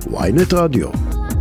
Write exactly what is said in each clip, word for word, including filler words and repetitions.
וויינט רדיו.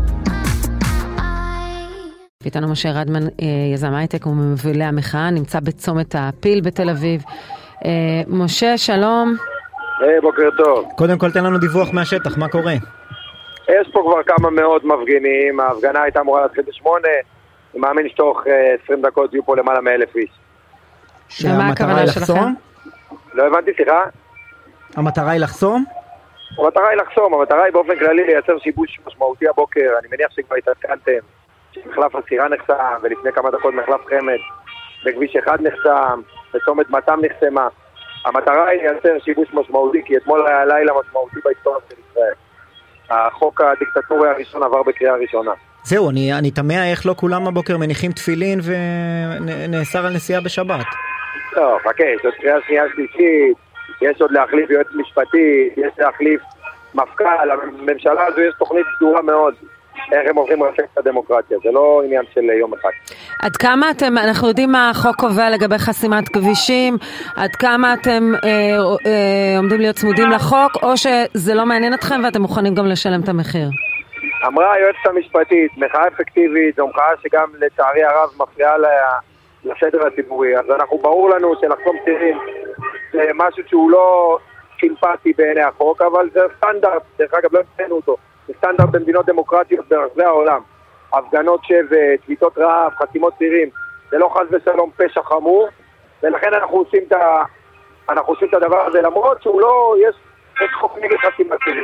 איתנו משה רדמן, יזם הייטק וממובילי המחאה, נמצא בצומת הפיל בתל אביב. משה, שלום. היי, בוקר טוב. קודם כל תן לנו דיווח מהשטח, מה קורה? יש פה כבר כמה מאות מפגינים, ההפגנה הייתה אמורה להתחיל בשמונה, אני מאמין שתוך עשרים דקות יהיו פה למעלה מאלף איש. שהמטרה היא לחסום? לא הבנתי, סליחה? המטרה היא לחסום? המטרה היא לחסום, המטרה היא באופן כללי לייצר שיבוש משמעותי הבוקר, אני מניח שכבר התעדכנתם, שמחלף הסירה נחסם, ולפני כמה דקות מחלף חמד, בכביש אחד נחסם, בצומת מתם נחסמה. המטרה היא לייצר שיבוש משמעותי, כי אתמול היה לילה משמעותי בהיסטוריה של ישראל. החוק הדיקטטורי הראשון עבר בקריאה ראשונה. זהו, אני, אני תמה איך לא כולם הבוקר מניחים תפילין ונאסר על נסיעה בשבת. לא, חכה, יש עוד קריאה שנייה שלישית, יש עוד להחליף יועץ משפטי, יש להחליף מפכ"ל, לממשלה הזו יש תוכנית סדורה מאוד, איך הם הולכים לרסק את הדמוקרטיה, זה לא עניין של יום אחד. עד כמה אתם, אנחנו יודעים מה החוק קובע לגבי חסימת כבישים, עד כמה אתם אה, אה, עומדים להיות צמודים לחוק, או שזה לא מעניין אתכם ואתם מוכנים גם לשלם את המחיר? אמרה היועצת המשפטית, מחאה אפקטיבית, זו מחאה שגם לצערי הרב מפריעה לה, לסדר הציבורי, אז אנחנו ברור לנו שלחסום צירים זה משהו שהוא לא סימפטי בעיני החוק, אבל זה סטנדרט, דרך אגב לא הבאנו אותו, זה סטנדרט במדינות דמוקרטיות ברחבי העולם. הפגנות שבט, שביתות רעב, חסימות צירים, זה לא חס ושלום פשע חמור, ולכן אנחנו עושים את ה... אנחנו עושים את הדבר הזה, למרות שהוא לא... יש, יש חוק נגד חסימת צירים.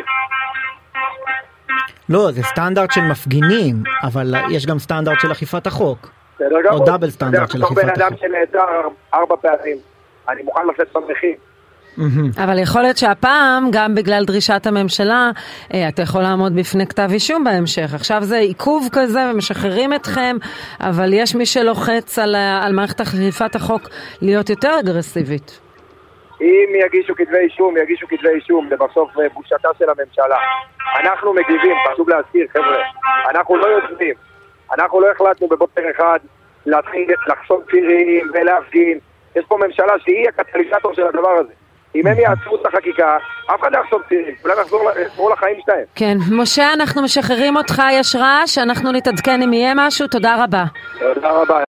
לא, זה סטנדרט של מפגינים, אבל יש גם סטנדרט של אכיפת החוק. או דאבל סטנדרט של אכיפת החוק. בן אדם שנעצר ארבע פעמים, אני מוכן לשאת במחיר. אבל יכול להיות שהפעם, גם בגלל דרישת הממשלה, אתה יכול לעמוד בפני כתב אישום בהמשך. עכשיו זה עיכוב כזה ומשחררים אתכם, אבל יש מי שלוחץ על, על מערכת אכיפת החוק להיות יותר אגרסיבית. אם יגישו כתבי אישום, יגישו כתבי אישום, זה בסוף בושתה של הממשלה. אנחנו מגיבים, חשוב להזכיר, חבר'ה, אנחנו לא יוצאים. אנחנו לא החלטנו בבוקר אחד להתחיל לחסום צירים ולהפגין. יש פה ממשלה שהיא הקטליזטור של הדבר הזה. אם הם יעצרו את החקיקה, אף אחד לא יחסום צירים, כולם יחזרו לחיים שלהם. כן, משה, אנחנו משחררים אותך, יש רעש, אנחנו נתעדכן אם יהיה משהו, תודה רבה. תודה רבה.